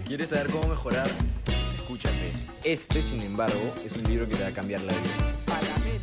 ¿Quieres saber cómo mejorar? Escúchate. Este, sin embargo, es un libro que te va a cambiar la vida.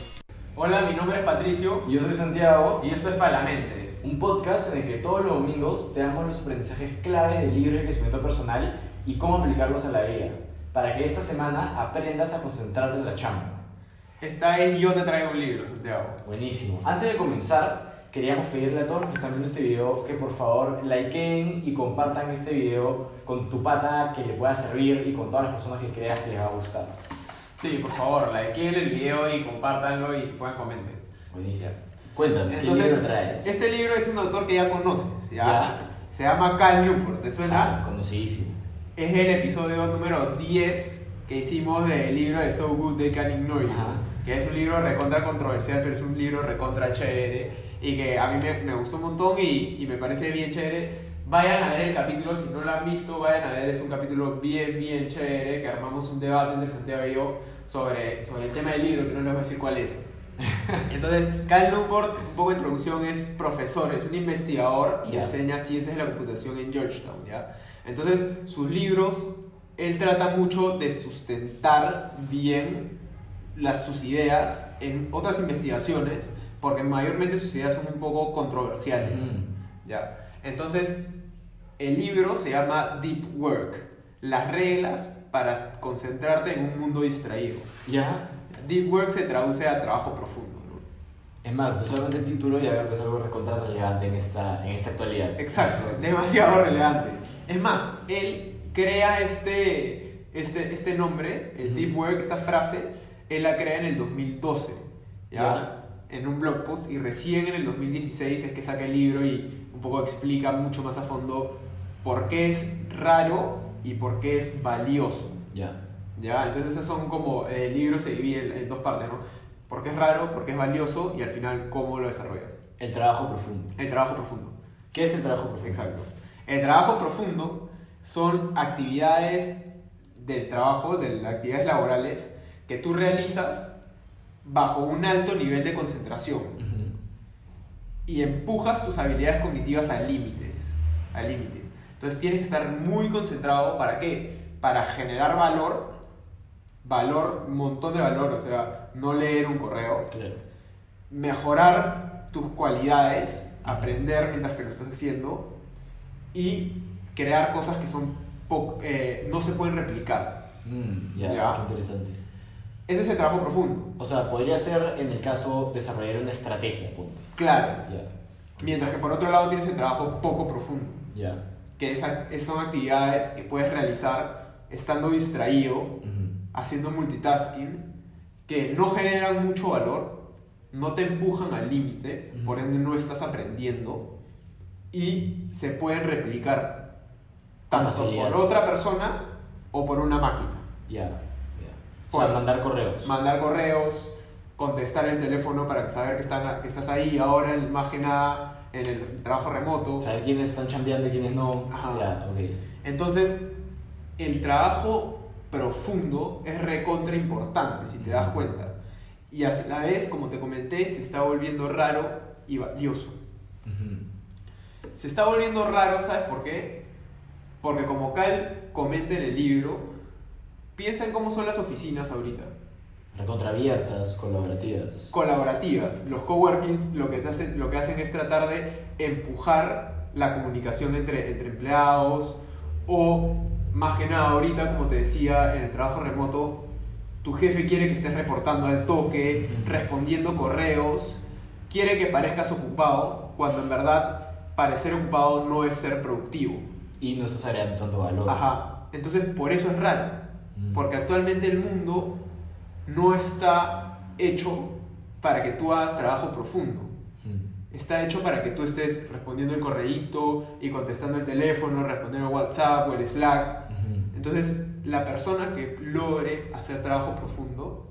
Hola, mi nombre es Patricio Yo soy Santiago, y esto es Para la Mente. un podcast en el que todos los domingos te damos los aprendizajes claves de libros de crecimiento personal y cómo aplicarlos a la vida, para que esta semana aprendas a concentrarte en la chamba. Esta vez yo te traigo un libro, Santiago. Buenísimo. Antes de comenzar, queríamos pedirle a todos los que están viendo este video que por favor likeen y compartan este video con tu pata que le pueda servir y con todas las personas que creas que les va a gustar. Sí, por favor, likeen el video y compártanlo y si pueden comenten. Buenísimo. Cuéntame, ¿qué Entonces, libro traes? este libro es un autor que ya conoces, ¿ya? Ya. Se llama Cal Newport, ¿te suena? Conocidísimo. Es el episodio número 10 que hicimos del libro de So Good They Can Ignore You, Ajá. que es un libro recontra controversial, pero es un libro recontra chévere y que a mí me gustó un montón y me parece bien chévere. Vayan a ver el capítulo, si no lo han visto, vayan a ver, es un capítulo bien chévere, que armamos un debate entre Santiago y yo sobre el tema del libro, que no les voy a decir cuál es. Entonces, Cal Newport, un poco de introducción, es profesor, es un investigador y Ya. enseña ciencias de la computación en Georgetown, ¿ya? Entonces, sus libros, él trata mucho de sustentar bien sus ideas en otras investigaciones, porque mayormente sus ideas son un poco controversiales, ¿ya? Entonces, el libro se llama Deep Work, las reglas para concentrarte en un mundo distraído. ¿Ya? Deep Work se traduce a trabajo profundo, ¿no? Es más, no solamente el título, ya veo que es algo recontra relevante en esta actualidad. Exacto, demasiado relevante. Es más, él crea este nombre, el Ujú. Deep Work, esta frase, él la crea en el 2012, ¿ya? Ya. En un blog post, y recién en el 2016 es que saca el libro y un poco explica mucho más a fondo por qué es raro y por qué es valioso. Ya. ¿Ya? Entonces esos son como, el libro se divide en dos partes, ¿no? ¿Por qué es raro? ¿Por qué es valioso? Y al final, ¿cómo lo desarrollas? El trabajo profundo. El trabajo profundo. ¿Qué es el trabajo profundo? Exacto. El trabajo profundo son actividades del trabajo, de las actividades laborales, que tú realizas bajo un alto nivel de concentración Ujú. y empujas tus habilidades cognitivas al límite. Entonces tienes que estar muy concentrado, ¿para qué? Para generar valor, un montón de valor, o sea, no leer un correo, Claro. mejorar tus cualidades, aprender mientras que lo estás haciendo y crear cosas que son no se pueden replicar. Ya, Ya. qué interesante. Ese es el trabajo profundo. O sea, podría ser en el caso desarrollar una estrategia, punto. Claro. Ya. Mientras que por otro lado tienes el trabajo poco profundo, Ya. que son actividades que puedes realizar estando distraído, Ujú. haciendo multitasking, que no generan mucho valor, no te empujan al límite, Ujú. por ende no estás aprendiendo y se pueden replicar Con tanto facilidad. por otra persona o por una máquina. Ya. Ya. O sea, Bueno, mandar correos. Mandar correos, contestar el teléfono para saber que estás ahí ahora, más que nada en el trabajo remoto. Saber quiénes están chambeando y quiénes no. Ajá. Ya, ok. Entonces, el trabajo profundo es recontra importante, si te das cuenta. Y a la vez, como te comenté, se está volviendo raro y valioso. Ujú. Se está volviendo raro, ¿sabes por qué? Porque como Cal comenta en el libro, piensa en cómo son las oficinas ahorita. Recontraabiertas, colaborativas. Colaborativas. Los coworkings lo que hacen es tratar de empujar la comunicación entre empleados, o más que nada ahorita, como te decía, en el trabajo remoto, tu jefe quiere que estés reportando al toque, Ujú. respondiendo correos, quiere que parezcas ocupado, cuando en verdad parecer ocupado no es ser productivo. Y no estás agregando tanto valor. Ajá. Entonces por eso es raro, Mm. porque actualmente el mundo no está hecho para que tú hagas trabajo profundo. Está hecho para que tú estés respondiendo el correíto y contestando el teléfono, respondiendo el WhatsApp o el Slack. Ujú. Entonces, la persona que logre hacer trabajo profundo,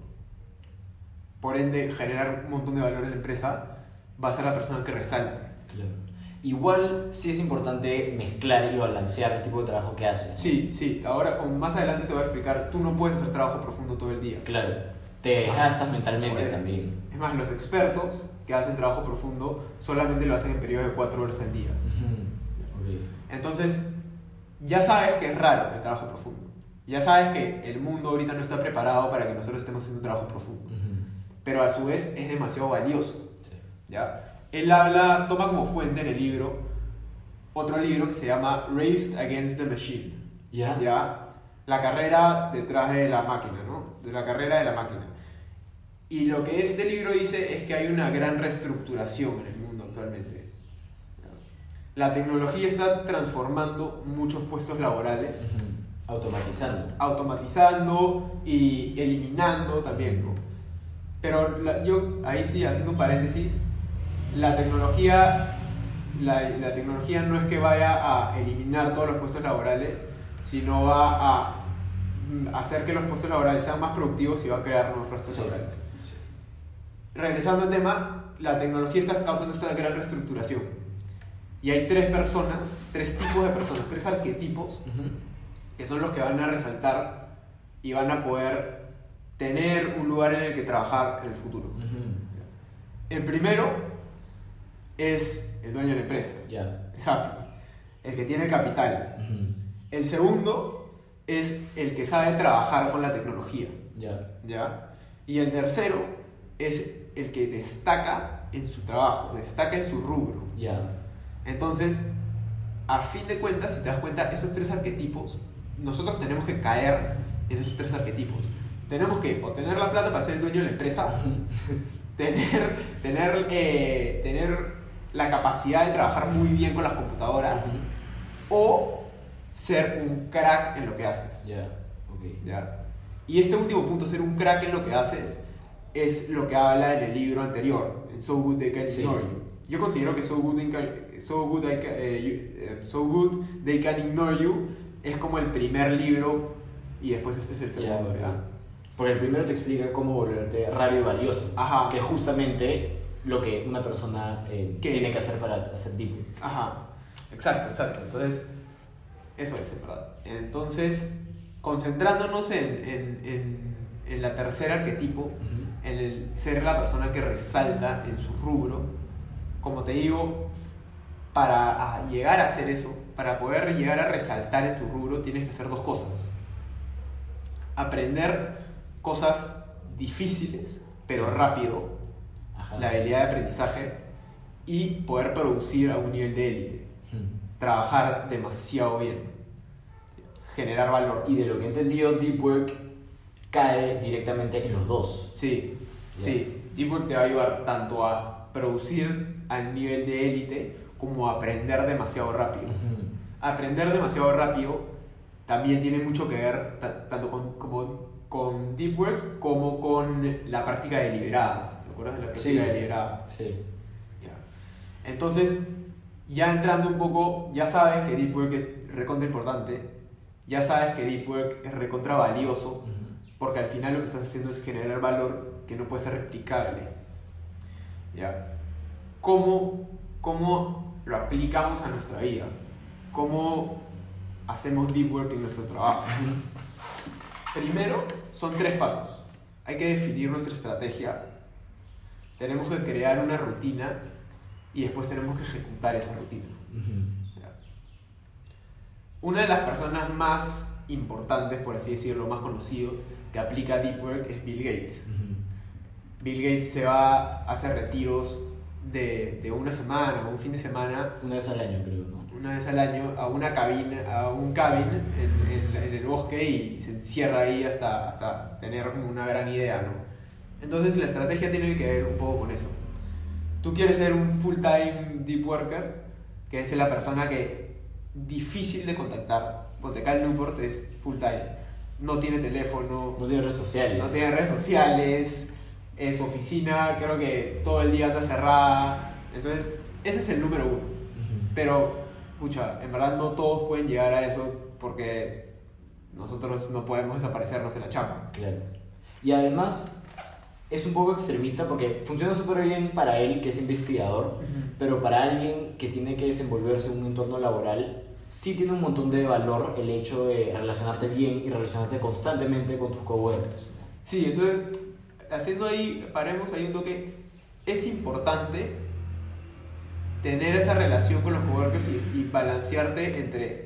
por ende generar un montón de valor en la empresa, va a ser la persona que resalte. Claro. Igual sí es importante mezclar y balancear el tipo de trabajo que haces. Sí. Ahora, más adelante te voy a explicar, tú no puedes hacer trabajo profundo todo el día. Claro. Te desgastas mentalmente Por eso. también. Es más, los expertos que hacen trabajo profundo solamente lo hacen en periodos de 4 horas al día. Ujú. Ok. Entonces, ya sabes que es raro el trabajo profundo. Ya sabes que el mundo ahorita no está preparado para que nosotros estemos haciendo un trabajo profundo. Pero a su vez es demasiado valioso. Sí. ¿Ya? Él toma como fuente en el libro otro libro que se llama Raced Against the Machine. ¿Ya? ¿Ya? La carrera detrás de la máquina, ¿no? De la carrera de la máquina. Y lo que este libro dice es que hay una gran reestructuración en el mundo actualmente. ¿Ya? La tecnología está transformando muchos puestos laborales. Automatizando y eliminando también, ¿no? Pero yo, ahí sí, haciendo un paréntesis, la tecnología no es que vaya a eliminar todos los puestos laborales, sino va a hacer que los puestos laborales sean más productivos y va a crear nuevos puestos laborales. Sí. Regresando al tema, la tecnología está causando esta gran reestructuración. Y hay tres tipos de personas, tres arquetipos, que son los que van a resaltar y van a poder tener un lugar en el que trabajar en el futuro. El primero es el dueño de la empresa, es Happy, el que tiene capital. El segundo es el que sabe trabajar con la tecnología. ¿Ya? Y el tercero es el que destaca en su trabajo, destaca en su rubro. Entonces, a fin de cuentas, si te das cuenta, esos tres arquetipos, nosotros tenemos que caer en esos tres arquetipos. Tenemos que o tener la plata para ser el dueño de la empresa, tener la capacidad de trabajar muy bien con las computadoras, o ser un crack en lo que haces. ¿Ya? Y este último punto, ser un crack en lo que haces, es lo que habla en el libro anterior, en So Good They Can Ignore You. Yo considero que So Good They Can Ignore You es como el primer libro y después este es el segundo. Porque el primero te explica cómo volverte raro y valioso. Ajá. Que es justamente lo que una persona tiene que hacer para hacer deep work. Ajá, exacto. Entonces, eso es, en verdad. Entonces, concentrándonos en la tercera arquetipo, en el ser la persona que resalta en su rubro, como te digo, para llegar a hacer eso, para poder llegar a resaltar en tu rubro, tienes que hacer dos cosas. Aprender cosas difíciles, pero rápido, la habilidad de aprendizaje, y poder producir a un nivel de élite. Trabajar demasiado bien, generar valor. Y de lo que he entendido, Deep Work cae directamente en los dos. Sí. Deep Work te va a ayudar tanto a producir al nivel de élite como a aprender demasiado rápido. Aprender demasiado rápido también tiene mucho que ver tanto con Deep Work como con la práctica deliberada. ¿Te acuerdas de la práctica deliberada? Sí. Entonces, ya entrando un poco, ya sabes que Deep Work es recontra importante, ya sabes que Deep Work es recontra valioso, porque al final lo que estás haciendo es generar valor que no puede ser replicable. ¿Ya? ¿Cómo lo aplicamos a nuestra vida? ¿Cómo hacemos Deep Work en nuestro trabajo? Primero, son tres pasos. Hay que definir nuestra estrategia, tenemos que crear una rutina y después tenemos que ejecutar esa rutina. Una de las personas más importantes, por así decirlo, más conocidos, que aplica Deep Work es Bill Gates. Bill Gates se va a hacer retiros de una semana o un fin de semana. Una vez al año, creo, ¿no? Una vez al año a un cabin en el bosque y se encierra ahí hasta tener una gran idea, ¿no? Entonces la estrategia tiene que ver un poco con eso. Tú quieres ser un full-time deep worker, que es la persona que difícil de contactar. Ponte acá en Newport es full-time. No tiene teléfono. No tiene redes sociales. No tiene redes sociales. En su oficina creo que todo el día anda cerrada. Entonces ese es el número uno. Pero, pucha, en verdad no todos pueden llegar a eso porque nosotros no podemos desaparecernos en la chamba. Claro. Y además es un poco extremista porque funciona súper bien para él, que es investigador, pero para alguien que tiene que desenvolverse en un entorno laboral, sí tiene un montón de valor el hecho de relacionarte bien y relacionarte constantemente con tus coworkers. Sí, entonces, paremos ahí un toque. Es importante tener esa relación con los coworkers y balancearte entre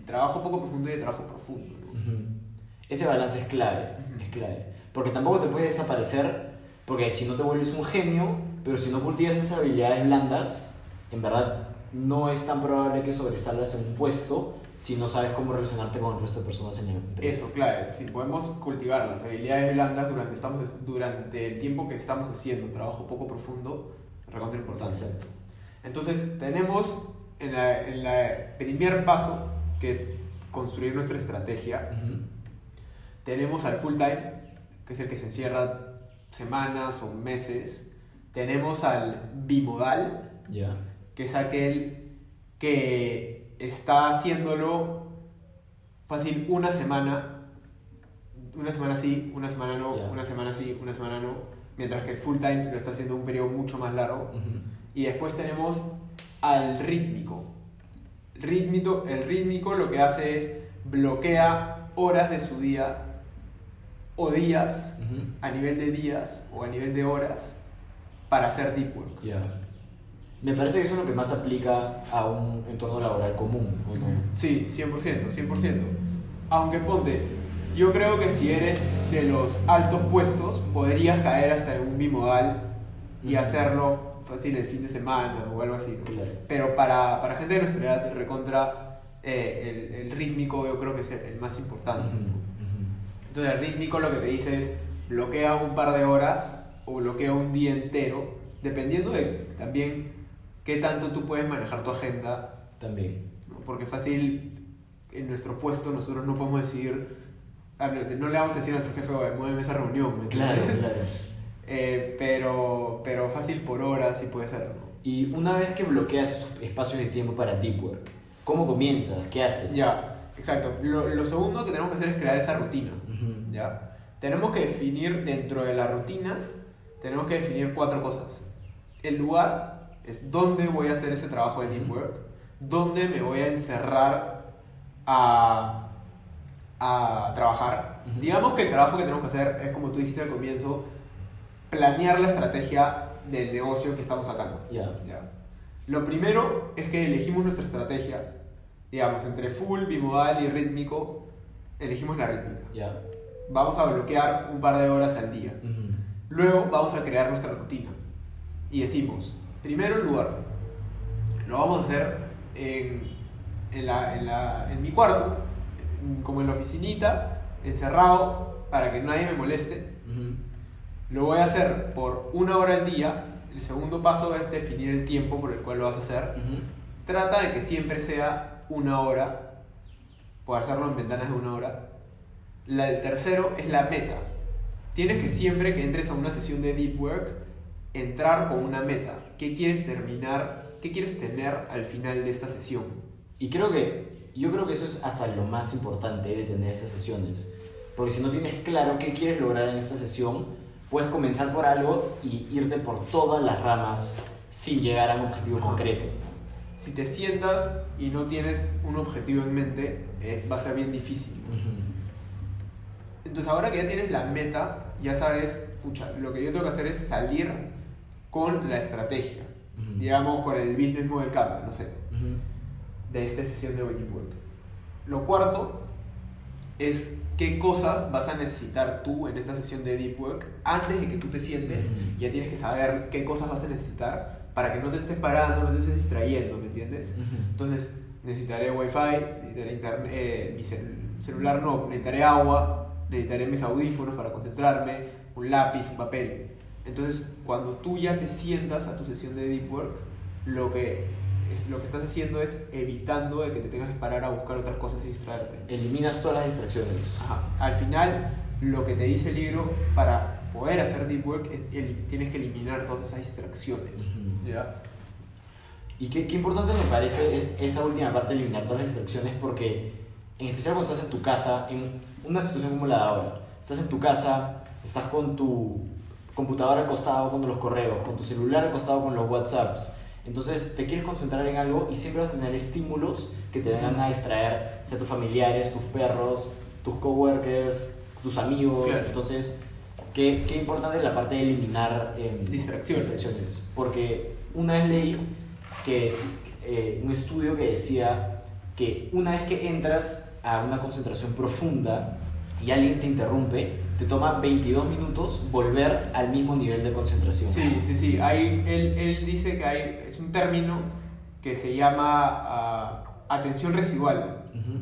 trabajo poco profundo y el trabajo profundo, ¿no? Ese balance es clave, es clave. Porque tampoco te puedes desaparecer, porque si no te vuelves un genio, pero si no cultivas esas habilidades blandas, en verdad no es tan probable que sobresalgas en un puesto si no sabes cómo relacionarte con el resto de personas en la empresa. Eso, clave. Si podemos cultivar las habilidades blandas durante el tiempo que estamos haciendo trabajo poco profundo, recontra importante. Exacto. Entonces, tenemos en la primer paso, que es construir nuestra estrategia, tenemos al full time, que es el que se encierra semanas o meses. Tenemos al bimodal, que es aquel que está haciéndolo fácil una semana sí, una semana no, una semana sí, una semana no, mientras que el full time lo está haciendo un periodo mucho más largo. Y después tenemos al rítmico. El rítmico lo que hace es bloquea horas de su día o días, a nivel de días o a nivel de horas, para hacer deep work. Me parece que eso es lo que más aplica a un entorno laboral común, ¿o no? Sí, 100%. Aunque ponte, yo creo que si eres de los altos puestos, podrías caer hasta en un bimodal y hacerlo fácil el fin de semana o algo así, ¿no? Claro. Pero para gente de nuestra edad, recontra, el rítmico yo creo que es el más importante. Entonces el rítmico lo que te dice es bloquea un par de horas o bloquea un día entero, dependiendo de también qué tanto tú puedes manejar tu agenda. También. ¿No? Porque fácil, en nuestro puesto nosotros no podemos decidir, no le vamos a decir a nuestro jefe, muéveme esa reunión, ¿me entiendes? Claro. Pero fácil por horas sí puede ser, ¿no? Y una vez que bloqueas esos espacios de tiempo para deep work, ¿cómo comienzas? ¿Qué haces? Ya, exacto. Lo segundo que tenemos que hacer es crear esa rutina. ¿Ya? Tenemos que definir dentro de la rutina, tenemos que definir 4 cosas. El lugar es dónde voy a hacer ese trabajo de deep work, dónde me voy a encerrar a trabajar. Digamos que el trabajo que tenemos que hacer es, como tú dijiste al comienzo, planear la estrategia del negocio que estamos sacando. ¿Ya? Lo primero es que elegimos nuestra estrategia, digamos, entre full, bimodal y rítmico, elegimos la rítmica. Vamos a bloquear un par de horas al día. Luego vamos a crear nuestra rutina. Y decimos, primero el lugar. Lo vamos a hacer en mi cuarto, como en la oficinita, encerrado, para que nadie me moleste. Lo voy a hacer por 1 hora al día. El segundo paso es definir el tiempo por el cual lo vas a hacer. Trata de que siempre sea 1 hora. Puedo hacerlo en ventanas de 1 hora. El tercero es la meta. Tienes que siempre que entres a una sesión de deep work, entrar con una meta. ¿Qué quieres terminar? ¿Qué quieres tener al final de esta sesión? Y yo creo que eso es hasta lo más importante de tener estas sesiones. Porque si no tienes claro qué quieres lograr en esta sesión, puedes comenzar por algo y irte por todas las ramas sin llegar a un objetivo concreto. Si te sientas y no tienes un objetivo en mente, va a ser bien difícil. Entonces ahora que ya tienes la meta, ya sabes, pucha, lo que yo tengo que hacer es salir con la estrategia. Digamos, con el business model Canva, no sé, de esta sesión de deep work. Lo cuarto es qué cosas vas a necesitar tú en esta sesión de deep work antes de que tú te sientes. Ya tienes que saber qué cosas vas a necesitar para que no te estés parando, no te estés distrayendo, ¿me entiendes? Entonces necesitaré wifi, necesitaré internet, mi celular no, necesitaré agua, necesitaré mis audífonos para concentrarme, un lápiz, un papel. Entonces cuando tú ya te sientas a tu sesión de deep work, lo que estás haciendo es evitando de que te tengas que parar a buscar otras cosas y distraerte. Eliminas todas las distracciones. Al final, lo que te dice el libro, para poder hacer deep work, tienes que eliminar todas esas distracciones. ¿Ya? Y qué importante me parece esa última parte de eliminar todas las distracciones, porque en especial cuando estás en tu casa, en una situación como la de ahora, estás en tu casa, estás con tu computadora acostado con los correos, con tu celular acostado con los WhatsApps. Entonces te quieres concentrar en algo y siempre vas a tener estímulos que te vengan a distraer, sea tus familiares, tus perros, tus coworkers, tus amigos. Claro. Entonces, qué importante es la parte de eliminar distracciones. Porque una vez leí que un estudio que decía que una vez que entras a una concentración profunda y alguien te interrumpe, te toma 22 minutos volver al mismo nivel de concentración. Sí. Él dice que es un término que se llama atención residual,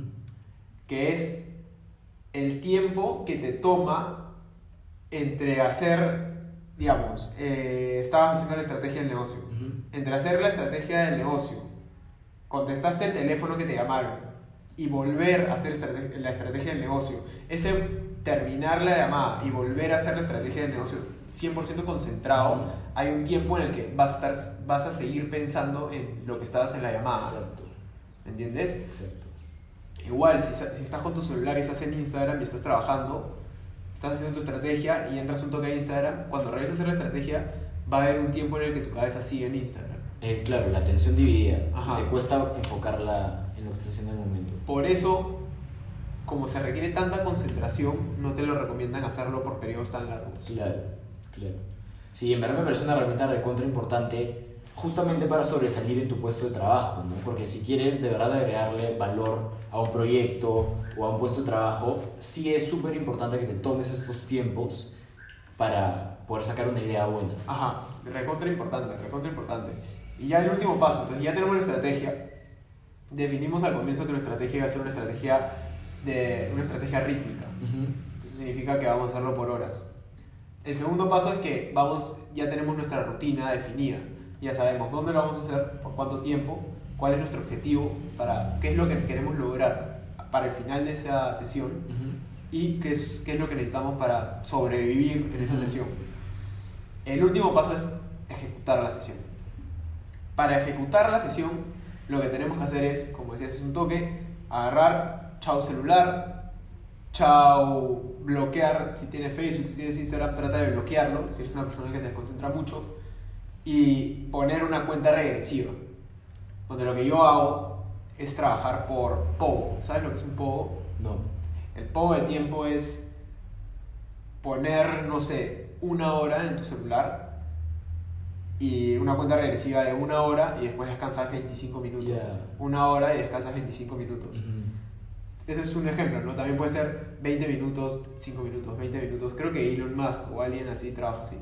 que es el tiempo que te toma entre hacer, digamos, estabas haciendo la estrategia del negocio, entre hacer la estrategia del negocio, contestaste el teléfono que te llamaron y volver a hacer la estrategia del negocio, ese terminar la llamada y volver a hacer la estrategia del negocio 100% concentrado, hay un tiempo en el que vas a seguir pensando en lo que estabas en la llamada. Exacto. ¿Me entiendes? Exacto. Igual, si estás con tu celular y estás en Instagram y estás trabajando, estás haciendo tu estrategia y entras un toque a Instagram, cuando regresa a hacer la estrategia, va a haber un tiempo en el que tu cabeza sigue en Instagram. Claro, la atención dividida. Ajá. Te cuesta enfocarla en lo que estás haciendo en el momento. Por eso, como se requiere tanta concentración, no te lo recomiendan hacerlo por periodos tan largos. Claro. Sí, en verdad me parece una herramienta recontra importante justamente para sobresalir en tu puesto de trabajo, ¿no? Porque si quieres de verdad agregarle valor a un proyecto o a un puesto de trabajo, sí es súper importante que te tomes estos tiempos para poder sacar una idea buena. Ajá, recontra importante. Y ya el último paso, entonces ya tenemos la estrategia, definimos al comienzo que nuestra estrategia va a ser una estrategia rítmica. Eso significa que vamos a hacerlo por horas. El segundo paso es que ya tenemos nuestra rutina definida. Ya sabemos dónde lo vamos a hacer, por cuánto tiempo, cuál es nuestro objetivo, qué es lo que queremos lograr para el final de esa sesión y qué es lo que necesitamos para sobrevivir en esa sesión. El último paso es ejecutar la sesión. Para ejecutar la sesión, lo que tenemos que hacer es, como decías, es un toque, agarrar, chao celular, chao bloquear, si tienes Facebook, si tienes Instagram, trata de bloquearlo, si eres una persona que se desconcentra mucho, y poner una cuenta regresiva, donde lo que yo hago es trabajar por Pogo. ¿Sabes lo que es un Pogo? No. El Pogo de tiempo es poner, no sé, 1 hora en tu celular y una cuenta regresiva de 1 hora y después descansas 25 minutos. 1 hora y descansas 25 minutos. Ese es un ejemplo, ¿no? También puede ser 20 minutos, 5 minutos, 20 minutos. Creo que Elon Musk o alguien así trabaja así.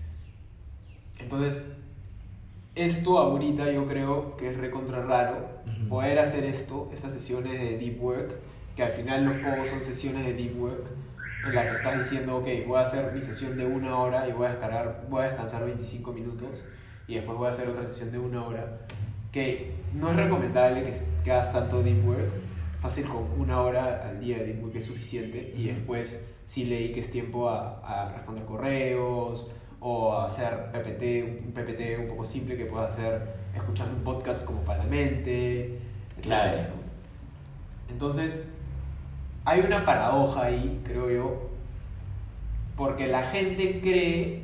Entonces, esto ahorita yo creo que es recontra raro poder hacer estas sesiones de deep work, que al final los pocos son sesiones de deep work en la que estás diciendo, ok, voy a hacer mi sesión de 1 hora y voy a descansar 25 minutos y después voy a hacer otra sesión de 1 hora, que no es recomendable que hagas tanto deep work. Fácil, con 1 hora al día de deep work es suficiente y después sí le dediques tiempo a responder correos o a hacer un PPT un poco simple que puedas hacer escuchando un podcast como para la mente, etc. Claro. Entonces, hay una paradoja ahí, creo yo, porque la gente cree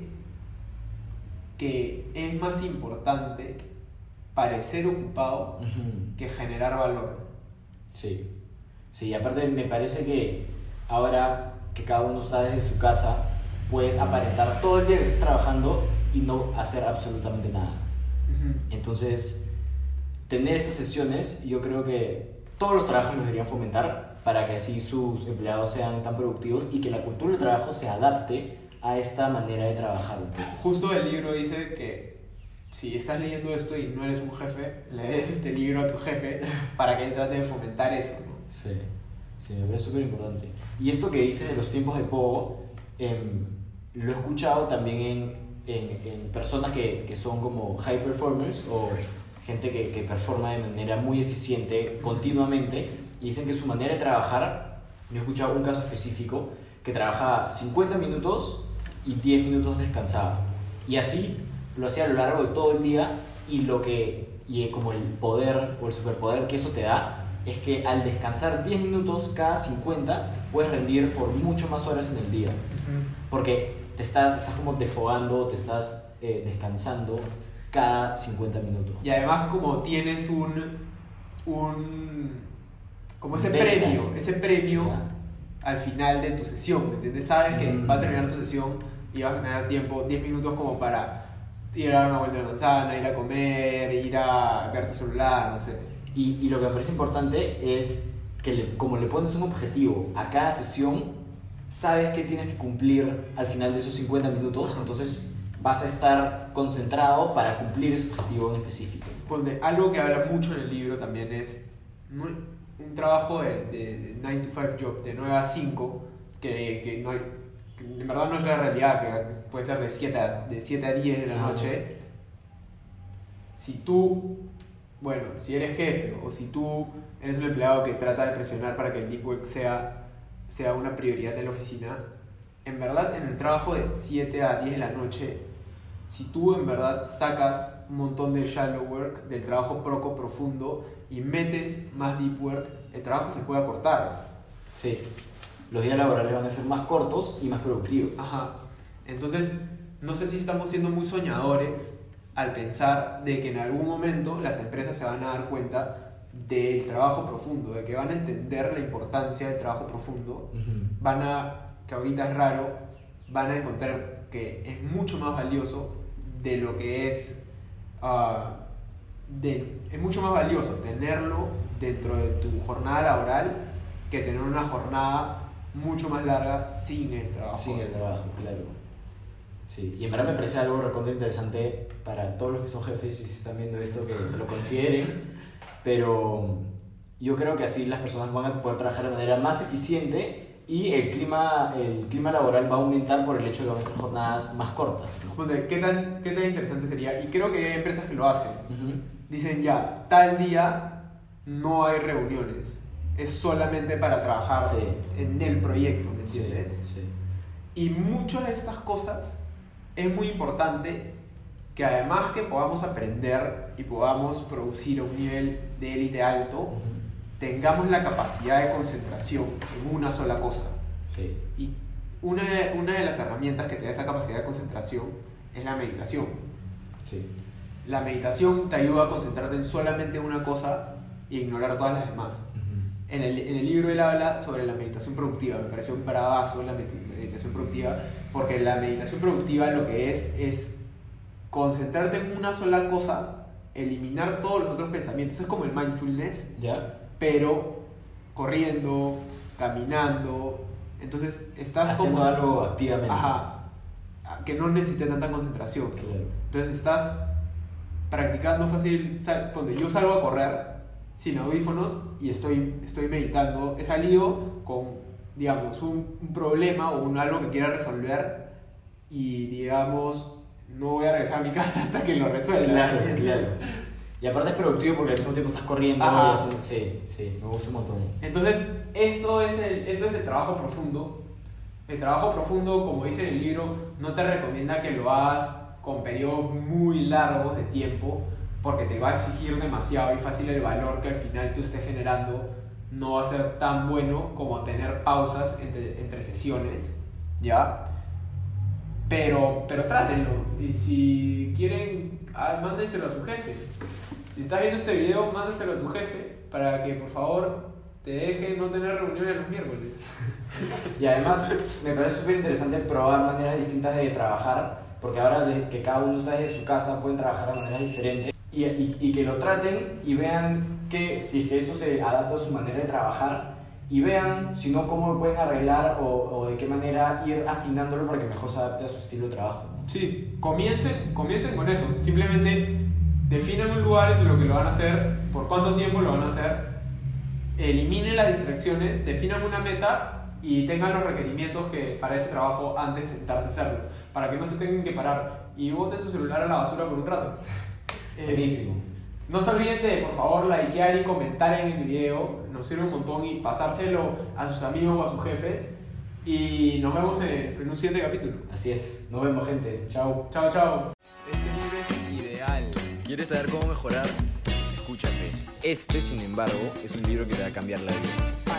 que es más importante parecer ocupado que generar valor. Sí, aparte me parece que ahora que cada uno está desde su casa, puedes aparentar todo el día que estés trabajando y no hacer absolutamente nada. Entonces, tener estas sesiones, yo creo que todos los trabajos los deberían fomentar para que así sus empleados sean tan productivos y que la cultura del trabajo se adapte a esta manera de trabajar. Justo el libro dice que si estás leyendo esto y no eres un jefe, le des este libro a tu jefe para que él trate de fomentar eso, ¿no? Sí, me parece súper importante. Y esto que dices de los tiempos de Pogo, lo he escuchado también en personas que son como high performers o gente que performa de manera muy eficiente continuamente y dicen que su manera de trabajar, yo he escuchado un caso específico que trabaja 50 minutos y 10 minutos descansaba y así lo hacía a lo largo de todo el día y como el poder o el superpoder que eso te da es que al descansar 10 minutos cada 50 puedes rendir por mucho más horas en el día porque estás como desfogando, te estás descansando cada 50 minutos. Y además como tienes como ese premio al final de tu sesión, ¿me entiendes? Sabes que va a terminar tu sesión y vas a tener tiempo, 10 minutos como para ir a dar una vuelta a la manzana, ir a comer, ir a ver tu celular, no sé. Y lo que me parece importante es que como le pones un objetivo a cada sesión, sabes que tienes que cumplir al final de esos 50 minutos, entonces vas a estar concentrado para cumplir ese objetivo en específico. Algo que habla mucho en el libro también es un trabajo de 9 to 5 job, de 9 a 5, que no hay, que en verdad no es la realidad, que puede ser de 7 a 10 de la noche. Si tú, si eres jefe o si tú eres un empleado que trata de presionar para que el deep work sea una prioridad en la oficina, en verdad en el trabajo de 7 a 10 de la noche, si tú en verdad sacas un montón del shallow work, del trabajo poco profundo y metes más deep work, el trabajo se puede acortar. Sí, los días laborales van a ser más cortos y más productivos. Ajá. Entonces, no sé si estamos siendo muy soñadores al pensar de que en algún momento las empresas se van a dar cuenta del trabajo profundo, de que van a entender la importancia del trabajo profundo, que ahorita es raro, van a encontrar que es mucho más valioso de lo que es mucho más valioso tenerlo dentro de tu jornada laboral que tener una jornada mucho más larga sin el trabajo. Sin el trabajo, claro. Sí, y en verdad me parece algo recontra interesante para todos los que son jefes y si están viendo esto que lo consideren, pero yo creo que así las personas van a poder trabajar de manera más eficiente y el clima laboral va a aumentar por el hecho de que van a ser jornadas más cortas, ¿no? ¿Qué tan interesante sería? Y creo que hay empresas que lo hacen. Dicen ya, tal día no hay reuniones, es solamente para trabajar en el proyecto, ¿me entiendes? Sí. Y muchas de estas cosas es muy importante que además que podamos aprender y podamos producir a un nivel de élite alto, tengamos la capacidad de concentración en una sola cosa. Sí. Y una de las herramientas que te da esa capacidad de concentración es la meditación. Sí. La meditación te ayuda a concentrarte en solamente una cosa e ignorar todas las demás. En el libro él habla sobre la meditación productiva. Me pareció un bravazo la meditación productiva, porque la meditación productiva lo que es concentrarte en una sola cosa, eliminar todos los otros pensamientos. Es como el mindfulness, pero corriendo, caminando. Entonces estás haciendo algo activamente. Que no necesite tanta concentración. Claro. Entonces estás practicando fácil. Cuando yo salgo a correr sin audífonos y estoy meditando, he salido con, digamos, un problema o algo que quiera resolver y, digamos, no voy a regresar a mi casa hasta que lo resuelva. Claro. Y aparte es productivo porque al mismo tiempo estás corriendo. Sí, me gusta un montón. Entonces, esto es el trabajo profundo. El trabajo profundo, como dice en el libro, no te recomienda que lo hagas con periodos muy largos de tiempo, porque te va a exigir demasiado y fácil el valor que al final tú estés generando no va a ser tan bueno como tener pausas entre sesiones, ¿ya? Pero trátenlo, y si quieren, mándenselo a su jefe. Si estás viendo este video, mándenselo a tu jefe para que por favor te deje no tener reuniones los miércoles. Y además me parece súper interesante probar maneras distintas de trabajar, porque ahora que cada uno está desde su casa pueden trabajar de maneras diferentes y que lo traten y vean que si es que esto se adapta a su manera de trabajar y vean si no cómo lo pueden arreglar o de qué manera ir afinándolo para que mejor se adapte a su estilo de trabajo, ¿no? Sí, comiencen con eso. Simplemente definan un lugar en lo que lo van a hacer, por cuánto tiempo lo van a hacer, eliminen las distracciones, definan una meta y tengan los requerimientos que para ese trabajo antes de sentarse a hacerlo, para que no se tengan que parar y boten su celular a la basura por un rato. Buenísimo. No se olviden de, por favor, likear y comentar en el video, nos sirve un montón, y pasárselo a sus amigos o a sus jefes. Y nos vemos en un siguiente capítulo. Así es, nos vemos, gente. Chao. Chao. Este libro es ideal. ¿Quieres saber cómo mejorar? Escúchate. Este, sin embargo, es un libro que te va a cambiar la vida.